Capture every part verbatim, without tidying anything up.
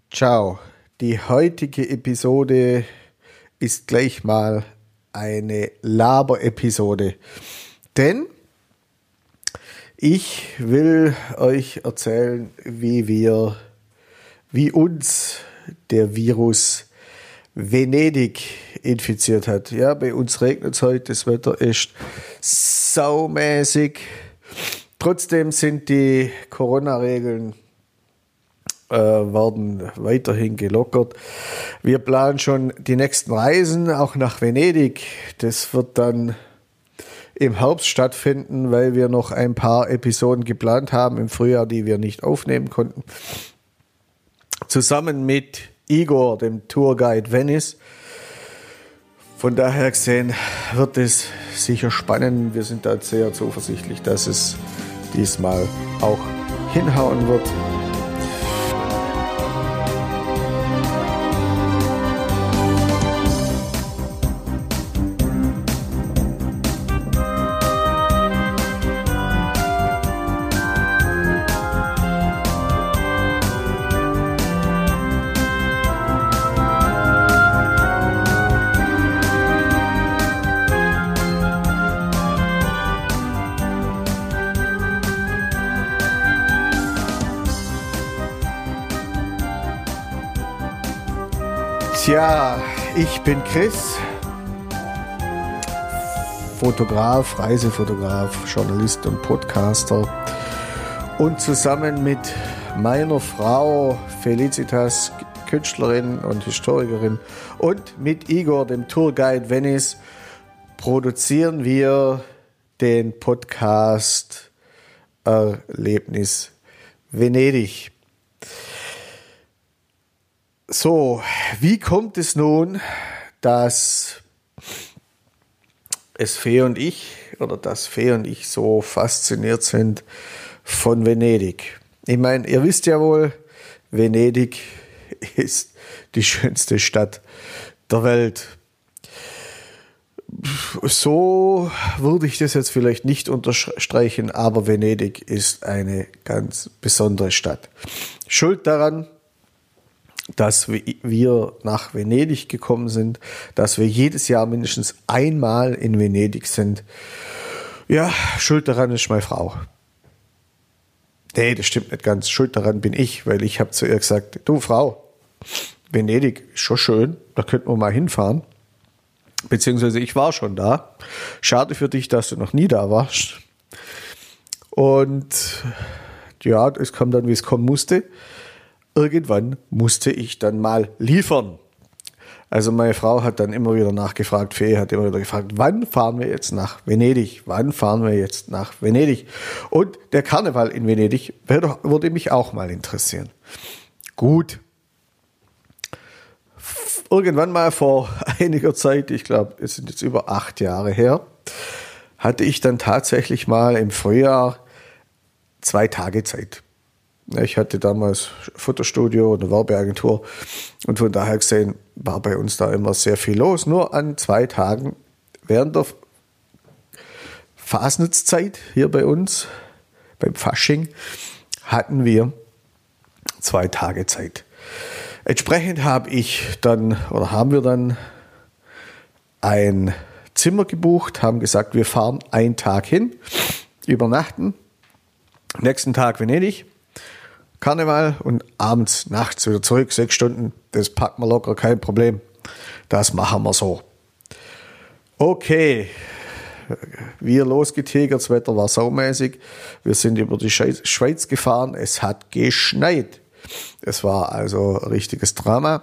Ciao, die heutige Episode ist gleich mal eine Laber-Episode, denn ich will euch erzählen, wie wir, wie uns der Virus Venedig infiziert hat. Ja, bei uns regnet es heute, das Wetter ist saumäßig. Trotzdem sind die Corona-Regeln äh, werden weiterhin gelockert. Wir planen schon die nächsten Reisen, auch nach Venedig. Das wird dann im Herbst stattfinden, weil wir noch ein paar Episoden geplant haben im Frühjahr, die wir nicht aufnehmen konnten. Zusammen mit Igor, dem Tourguide Venice. Von daher gesehen wird es sicher spannend. Wir sind da sehr zuversichtlich, dass es diesmal auch hinhauen wird. Tja, ich bin Chris, Fotograf, Reisefotograf, Journalist und Podcaster und zusammen mit meiner Frau Felicitas, Künstlerin und Historikerin, und mit Igor, dem Tourguide Venice, produzieren wir den Podcast Erlebnis Venedig. So, wie kommt es nun, dass es Fee und ich oder dass Fee und ich so fasziniert sind von Venedig? Ich meine, ihr wisst ja wohl, Venedig ist die schönste Stadt der Welt. So würde ich das jetzt vielleicht nicht unterstreichen, aber Venedig ist eine ganz besondere Stadt. Schuld daran, dass wir nach Venedig gekommen sind, dass wir jedes Jahr mindestens einmal in Venedig sind. Ja, schuld daran ist meine Frau. Nee, das stimmt nicht ganz. Schuld daran bin ich, weil ich habe zu ihr gesagt, du Frau, Venedig ist schon schön, da könnten wir mal hinfahren. Beziehungsweise ich war schon da. Schade für dich, dass du noch nie da warst. Und ja, es kam dann, wie es kommen musste. Irgendwann musste ich dann mal liefern. Also meine Frau hat dann immer wieder nachgefragt, Fee hat immer wieder gefragt, wann fahren wir jetzt nach Venedig? Wann fahren wir jetzt nach Venedig? Und der Karneval in Venedig würde mich auch mal interessieren. Gut. Irgendwann mal vor einiger Zeit, ich glaube, es sind jetzt über acht Jahre her, hatte ich dann tatsächlich mal im Frühjahr zwei Tage Zeit. Ich hatte damals Fotostudio und eine Werbeagentur und von daher gesehen war bei uns da immer sehr viel los. Nur an zwei Tagen während der Fasnichtszeit hier bei uns, beim Fasching, hatten wir zwei Tage Zeit. Entsprechend habe ich dann oder haben wir dann ein Zimmer gebucht, haben gesagt, wir fahren einen Tag hin, übernachten, nächsten Tag Venedig, Karneval und abends, nachts wieder zurück, sechs Stunden, das packen wir locker, kein Problem. Das machen wir so. Okay, wir losgetigert, das Wetter war saumäßig. Wir sind über die Schweiz gefahren, es hat geschneit. Es war also ein richtiges Drama.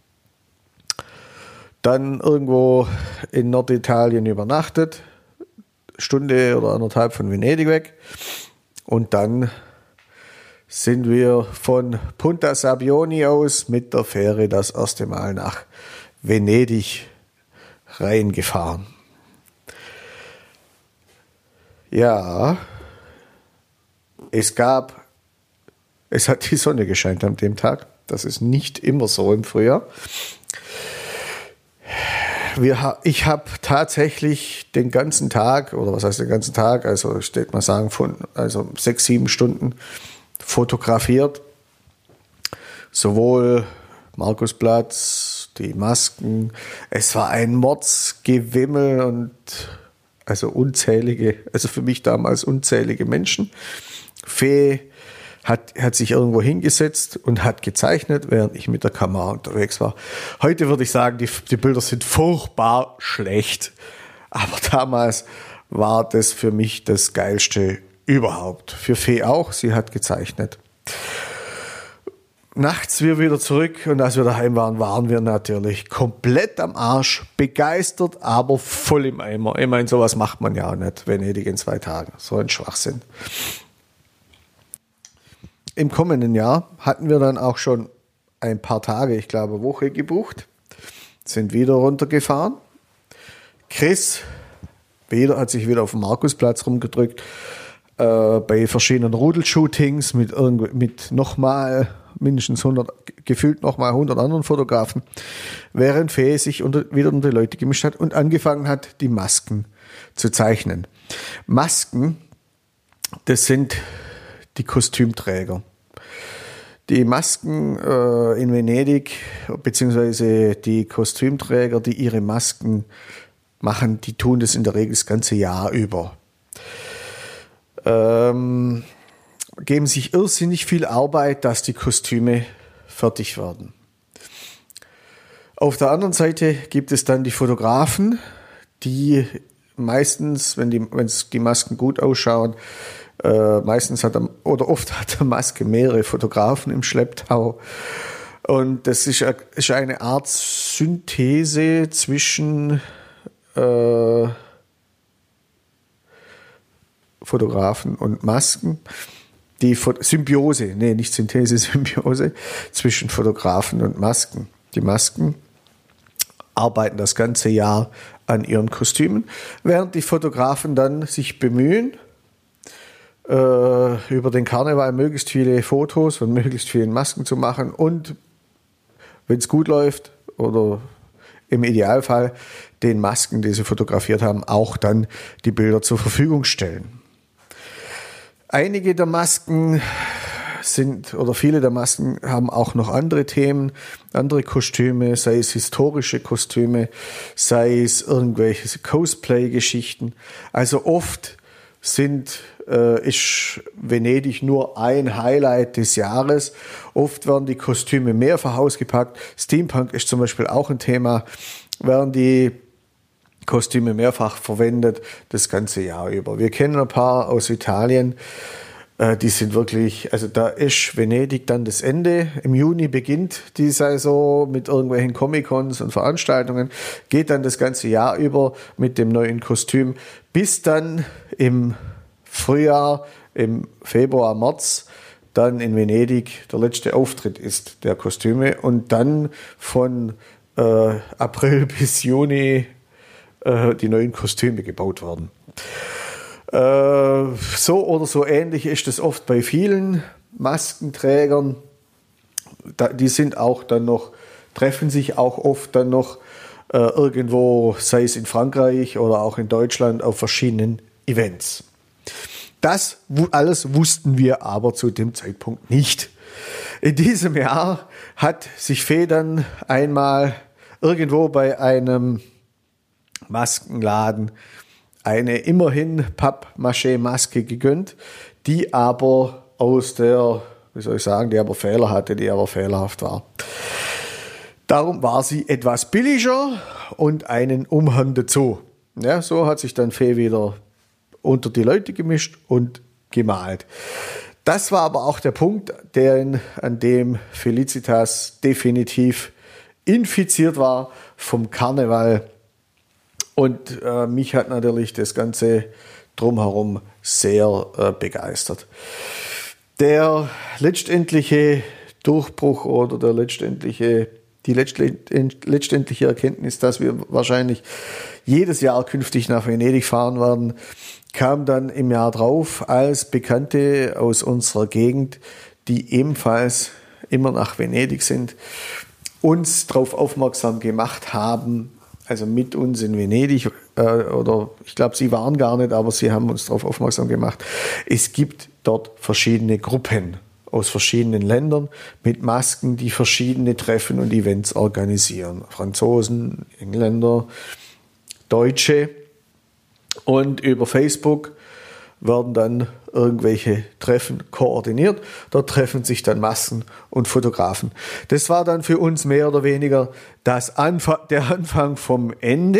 Dann irgendwo in Norditalien übernachtet, Stunde oder anderthalb von Venedig weg und dann sind wir von Punta Sabbioni aus mit der Fähre das erste Mal nach Venedig reingefahren. Ja, es gab, es hat die Sonne gescheint an dem Tag. Das ist nicht immer so im Frühjahr. Wir, ich habe tatsächlich den ganzen Tag, oder was heißt den ganzen Tag, also ich würde mal sagen, von, also sechs, sieben Stunden fotografiert sowohl Markusplatz, die Masken, es war ein Mordsgewimmel und also unzählige, also für mich damals unzählige Menschen. Fee hat, hat sich irgendwo hingesetzt und hat gezeichnet, während ich mit der Kamera unterwegs war. Heute würde ich sagen, die, die Bilder sind furchtbar schlecht. Aber damals war das für mich das Geilste überhaupt. Für Fee auch, sie hat gezeichnet. Nachts wir wieder zurück und als wir daheim waren, waren wir natürlich komplett am Arsch, begeistert, aber voll im Eimer. Ich meine, sowas macht man ja auch nicht, Venedig in zwei Tagen. So ein Schwachsinn. Im kommenden Jahr hatten wir dann auch schon ein paar Tage, ich glaube Woche gebucht, sind wieder runtergefahren. Chris wieder, hat sich wieder auf dem Markusplatz rumgedrückt, äh, bei verschiedenen Rudelshootings mit, mit nochmal mindestens hundert, gefühlt nochmal hundert anderen Fotografen, während Fee sich unter, wieder unter die Leute gemischt hat und angefangen hat, die Masken zu zeichnen. Masken, das sind die Kostümträger. Die Masken äh, in Venedig, beziehungsweise die Kostümträger, die ihre Masken machen, die tun das in der Regel das ganze Jahr über. Ähm, geben sich irrsinnig viel Arbeit, dass die Kostüme fertig werden. Auf der anderen Seite gibt es dann die Fotografen, die meistens, wenn die, wenn die Masken gut ausschauen, äh, meistens hat er, oder oft hat der Maske mehrere Fotografen im Schlepptau. Und das ist, ist eine Art Synthese zwischen äh, Fotografen und Masken. Die Symbiose, nee, nicht Synthese, Symbiose zwischen Fotografen und Masken. Die Masken arbeiten das ganze Jahr an ihren Kostümen, während die Fotografen dann sich bemühen, äh, über den Karneval möglichst viele Fotos von möglichst vielen Masken zu machen und, wenn es gut läuft oder im Idealfall, den Masken, die sie fotografiert haben, auch dann die Bilder zur Verfügung stellen. Einige der Masken sind, oder viele der Masken haben auch noch andere Themen, andere Kostüme, sei es historische Kostüme, sei es irgendwelche Cosplay-Geschichten. Also oft sind, äh, ist Venedig nur ein Highlight des Jahres. Oft werden die Kostüme mehrfach ausgepackt. Steampunk ist zum Beispiel auch ein Thema, werden die Kostüme mehrfach verwendet, das ganze Jahr über. Wir kennen ein paar aus Italien, äh, die sind wirklich, also da ist Venedig dann das Ende. Im Juni beginnt die Saison mit irgendwelchen Comic-Cons und Veranstaltungen, geht dann das ganze Jahr über mit dem neuen Kostüm, bis dann im Frühjahr, im Februar, März, dann in Venedig der letzte Auftritt ist der Kostüme und dann von äh, April bis Juni die neuen Kostüme gebaut werden. Äh, so oder so ähnlich ist es oft bei vielen Maskenträgern. Da, die sind auch dann noch, treffen sich auch oft dann noch äh, irgendwo, sei es in Frankreich oder auch in Deutschland, auf verschiedenen Events. Das alles wussten wir aber zu dem Zeitpunkt nicht. In diesem Jahr hat sich Fee dann einmal irgendwo bei einem Maskenladen eine immerhin Pappmaché-Maske gegönnt, die aber aus der, wie soll ich sagen, die aber Fehler hatte, die aber fehlerhaft war. Darum war sie etwas billiger und einen Umhang dazu. Ja, so hat sich dann Fee wieder unter die Leute gemischt und gemalt. Das war aber auch der Punkt, der, an dem Felicitas definitiv infiziert war vom Karneval. Und äh, mich hat natürlich das Ganze drumherum sehr äh, begeistert. Der letztendliche Durchbruch oder der letztendliche, die letztendliche Erkenntnis, dass wir wahrscheinlich jedes Jahr künftig nach Venedig fahren werden, kam dann im Jahr drauf, als Bekannte aus unserer Gegend, die ebenfalls immer nach Venedig sind, uns darauf aufmerksam gemacht haben, also mit uns in Venedig, äh, oder ich glaube, sie waren gar nicht, aber sie haben uns darauf aufmerksam gemacht. Es gibt dort verschiedene Gruppen aus verschiedenen Ländern mit Masken, die verschiedene Treffen und Events organisieren. Franzosen, Engländer, Deutsche. Und über Facebook werden dann irgendwelche Treffen koordiniert. Dort treffen sich dann Masken und Fotografen. Das war dann für uns mehr oder weniger das Anfang, der Anfang vom Ende,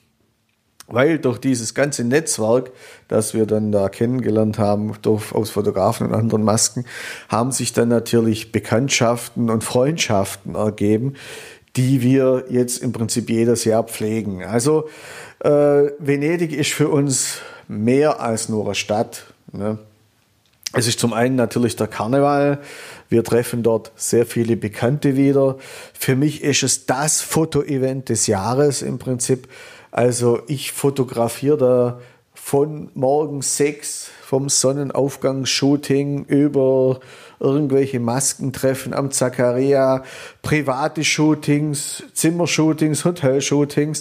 weil durch dieses ganze Netzwerk, das wir dann da kennengelernt haben, durch, aus Fotografen und anderen Masken, haben sich dann natürlich Bekanntschaften und Freundschaften ergeben, die wir jetzt im Prinzip jedes Jahr pflegen. Also äh, Venedig ist für uns mehr als nur eine Stadt. Ne? Es ist zum einen natürlich der Karneval. Wir treffen dort sehr viele Bekannte wieder. Für mich ist es das Fotoevent des Jahres im Prinzip. Also ich fotografiere da von morgens sechs vom Sonnenaufgangsshooting über irgendwelche Maskentreffen am Zacharia, private Shootings, Zimmershootings, Hotelshootings,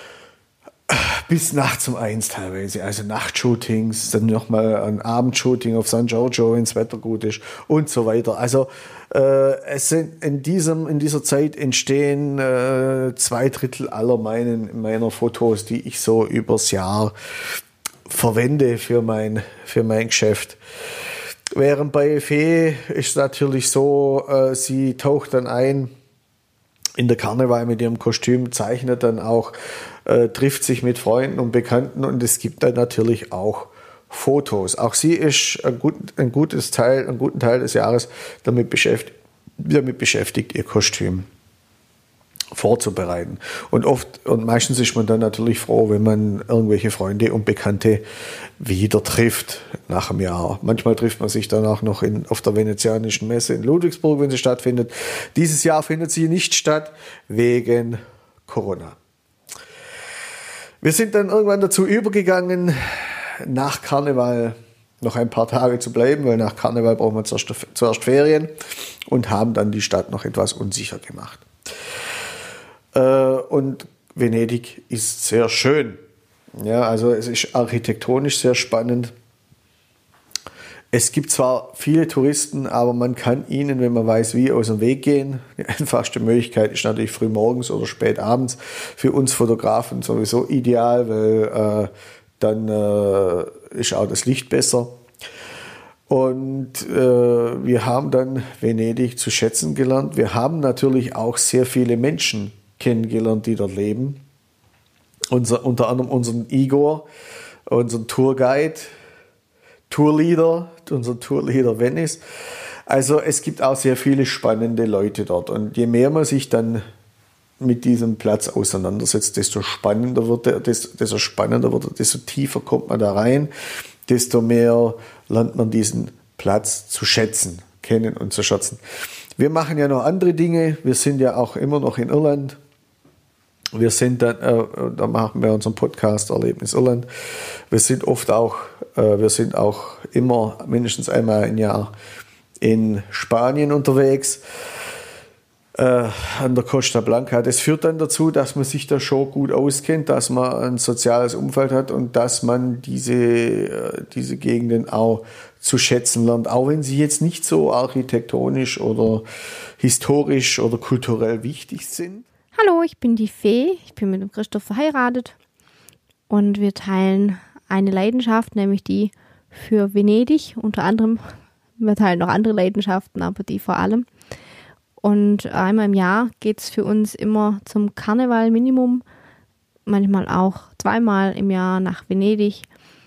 bis nachts um eins teilweise, also Nachtshootings, dann nochmal ein Abendshooting auf San Giorgio, wenn das Wetter gut ist und so weiter. Also äh, es sind in, diesem, in dieser Zeit entstehen äh, zwei Drittel aller meinen, meiner Fotos, die ich so übers Jahr verwende für mein, für mein Geschäft. Während bei Fee ist es natürlich so, äh, sie taucht dann ein in der Karneval mit ihrem Kostüm, zeichnet dann auch, äh, trifft sich mit Freunden und Bekannten und es gibt dann natürlich auch Fotos. Auch sie ist ein, gut, ein gutes Teil, einen guten Teil des Jahres damit beschäftigt, damit beschäftigt, ihr Kostüm vorzubereiten. Und oft und meistens ist man dann natürlich froh, wenn man irgendwelche Freunde und Bekannte wieder trifft nach einem Jahr. Manchmal trifft man sich danach noch in, auf der Venezianischen Messe in Ludwigsburg, wenn sie stattfindet. Dieses Jahr findet sie nicht statt wegen Corona. Wir sind dann irgendwann dazu übergegangen, nach Karneval noch ein paar Tage zu bleiben, weil nach Karneval brauchen wir zuerst, zuerst Ferien und haben dann die Stadt noch etwas unsicher gemacht. Und Venedig ist sehr schön. Ja, also es ist architektonisch sehr spannend. Es gibt zwar viele Touristen, aber man kann ihnen, wenn man weiß wie, aus dem Weg gehen. Die einfachste Möglichkeit ist natürlich früh morgens oder spät abends. Für uns Fotografen sowieso ideal, weil äh, dann äh, ist auch das Licht besser. Und äh, wir haben dann Venedig zu schätzen gelernt. Wir haben natürlich auch sehr viele Menschen kennengelernt, die dort leben. Unser, unter anderem unseren Igor, unseren Tourguide, Tourleader, unser Tourleader Venice. Also es gibt auch sehr viele spannende Leute dort. Und je mehr man sich dann mit diesem Platz auseinandersetzt, desto spannender wird er, desto spannender wird er, desto tiefer kommt man da rein, desto mehr lernt man diesen Platz zu schätzen, kennen und zu schätzen. Wir machen ja noch andere Dinge. Wir sind ja auch immer noch in Irland. Wir sind dann, äh, da machen wir unseren Podcast Erlebnis Irland. Wir sind oft auch, äh, wir sind auch immer mindestens einmal im Jahr in Spanien unterwegs, äh, an der Costa Blanca. Das führt dann dazu, dass man sich da schon gut auskennt, dass man ein soziales Umfeld hat und dass man diese, äh, diese Gegenden auch zu schätzen lernt, auch wenn sie jetzt nicht so architektonisch oder historisch oder kulturell wichtig sind. Hallo, ich bin die Fee, ich bin mit dem Christoph verheiratet und wir teilen eine Leidenschaft, nämlich die für Venedig, unter anderem, wir teilen noch andere Leidenschaften, aber die vor allem. Und einmal im Jahr geht es für uns immer zum Karneval Minimum, manchmal auch zweimal im Jahr nach Venedig,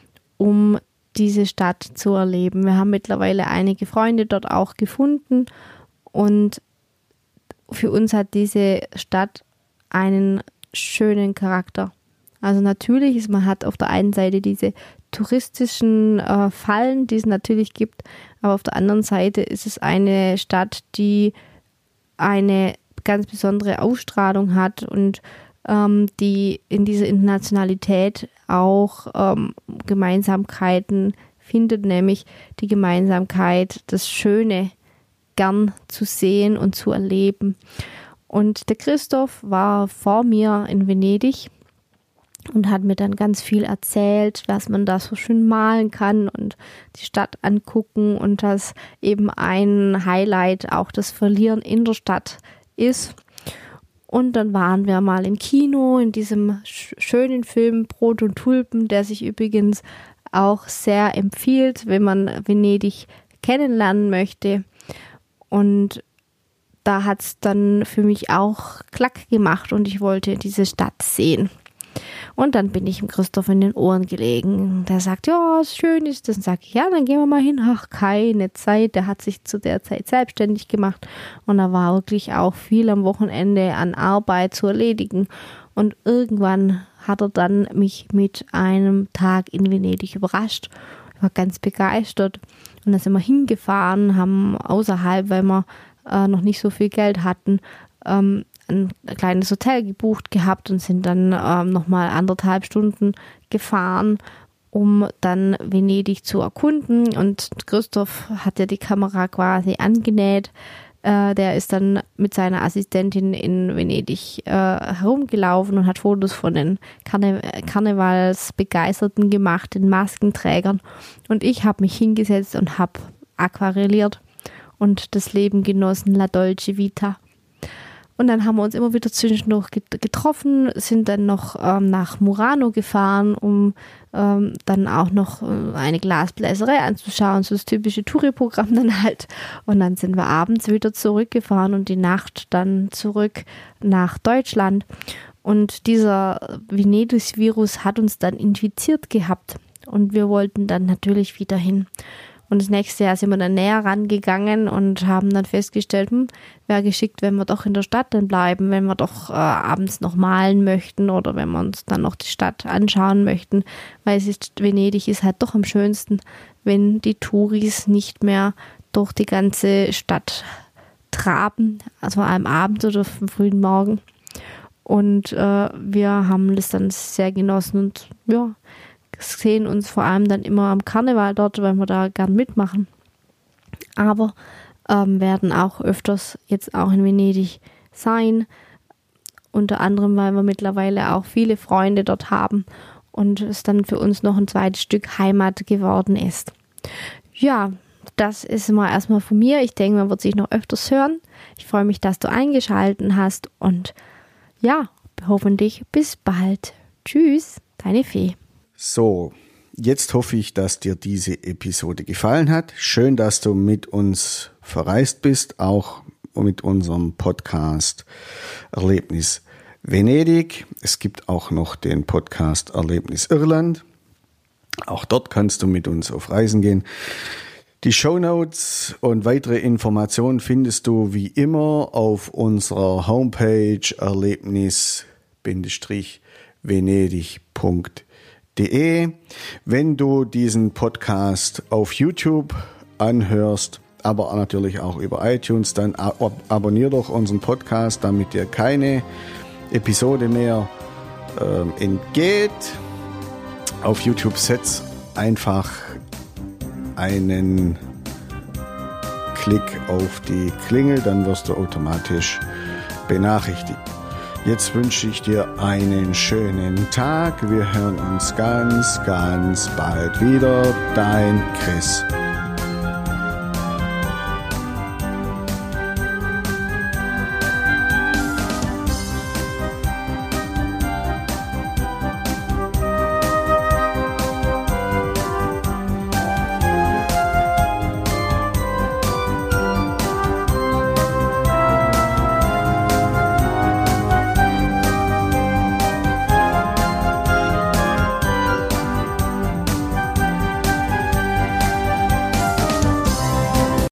um diese Stadt zu erleben. Wir haben mittlerweile einige Freunde dort auch gefunden und für uns hat diese Stadt einen schönen Charakter. Also natürlich ist, man hat auf der einen Seite diese touristischen äh, Fallen, die es natürlich gibt, aber auf der anderen Seite ist es eine Stadt, die eine ganz besondere Ausstrahlung hat und ähm, die in dieser Internationalität auch ähm, Gemeinsamkeiten findet, nämlich die Gemeinsamkeit, das Schöne gern zu sehen und zu erleben. Und der Christoph war vor mir in Venedig und hat mir dann ganz viel erzählt, was man da so schön malen kann und die Stadt angucken und dass eben ein Highlight auch das Verlieren in der Stadt ist. Und dann waren wir mal im Kino in diesem sch- schönen Film Brot und Tulpen, der sich übrigens auch sehr empfiehlt, wenn man Venedig kennenlernen möchte. Und da hat es dann für mich auch Klack gemacht und ich wollte diese Stadt sehen. Und dann bin ich dem Christoph in den Ohren gelegen. Der sagt, ja, schön ist das. Und sage ich, ja, dann gehen wir mal hin. Ach, keine Zeit. Der hat sich zu der Zeit selbstständig gemacht. Und da war wirklich auch viel am Wochenende an Arbeit zu erledigen. Und irgendwann hat er dann mich mit einem Tag in Venedig überrascht. Ich war ganz begeistert. Und dann sind wir hingefahren, haben außerhalb, weil wir äh, noch nicht so viel Geld hatten, ähm, ein kleines Hotel gebucht gehabt und sind dann ähm, nochmal anderthalb Stunden gefahren, um dann Venedig zu erkunden. Und Christoph hat ja die Kamera quasi angenäht. Äh, der ist dann mit seiner Assistentin in Venedig äh, herumgelaufen und hat Fotos von den Karne- Karnevalsbegeisterten gemacht, den Maskenträgern. Und ich habe mich hingesetzt und habe aquarelliert und das Leben genossen, La Dolce Vita. Und dann haben wir uns immer wieder zwischendurch getroffen, sind dann noch ähm, nach Murano gefahren, um ähm, dann auch noch äh, eine Glasbläserei anzuschauen, so das typische Touri-Programm dann halt. Und dann sind wir abends wieder zurückgefahren und die Nacht dann zurück nach Deutschland. Und dieser Venedig-Virus hat uns dann infiziert gehabt und wir wollten dann natürlich wieder hin. Und das nächste Jahr sind wir dann näher rangegangen und haben dann festgestellt, hm, wäre geschickt, wenn wir doch in der Stadt dann bleiben, wenn wir doch äh, abends noch malen möchten oder wenn wir uns dann noch die Stadt anschauen möchten, weil es ist, Venedig ist halt doch am schönsten, wenn die Touris nicht mehr durch die ganze Stadt traben, also am Abend oder am frühen Morgen. Und äh, wir haben das dann sehr genossen und ja, sehen uns vor allem dann immer am Karneval dort, weil wir da gern mitmachen. Aber ähm, werden auch öfters jetzt auch in Venedig sein. Unter anderem, weil wir mittlerweile auch viele Freunde dort haben und es dann für uns noch ein zweites Stück Heimat geworden ist. Ja, das ist mal erstmal von mir. Ich denke, man wird sich noch öfters hören. Ich freue mich, dass du eingeschaltet hast und ja, hoffentlich bis bald. Tschüss, deine Fee. So, jetzt hoffe ich, dass dir diese Episode gefallen hat. Schön, dass du mit uns verreist bist, auch mit unserem Podcast Erlebnis Venedig. Es gibt auch noch den Podcast Erlebnis Irland. Auch dort kannst du mit uns auf Reisen gehen. Die Shownotes und weitere Informationen findest du wie immer auf unserer Homepage erlebnis venedig punkt de. Wenn du diesen Podcast auf YouTube anhörst, aber natürlich auch über iTunes, dann ab- abonnier doch unseren Podcast, damit dir keine Episode mehr äh, entgeht. Auf YouTube setz einfach einen Klick auf die Klingel, dann wirst du automatisch benachrichtigt. Jetzt wünsche ich dir einen schönen Tag. Wir hören uns ganz, ganz bald wieder. Dein Chris.